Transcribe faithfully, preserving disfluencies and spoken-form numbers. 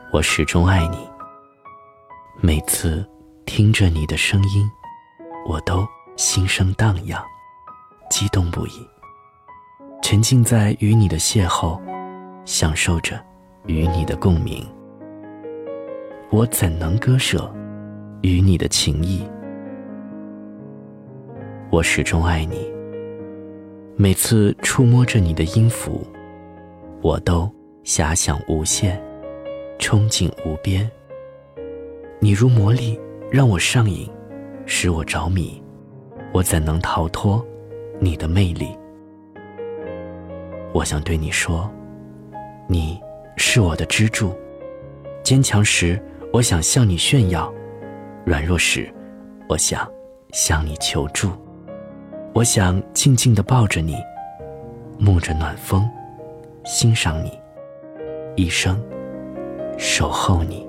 我始终爱你。每次听着你的声音，我都心生荡漾，激动不已，沉浸在与你的邂逅，享受着与你的共鸣。我怎能割舍与你的情谊？我始终爱你。每次触摸着你的音符，我都遐想无限，憧憬无边。你如魔力，让我上瘾，使我着迷。我怎能逃脱你的魅力？我想对你说，你是我的支柱。坚强时，我想向你炫耀；软弱时，我想向你求助。我想静静地抱着你，沐着暖风，欣赏你，一生守候你。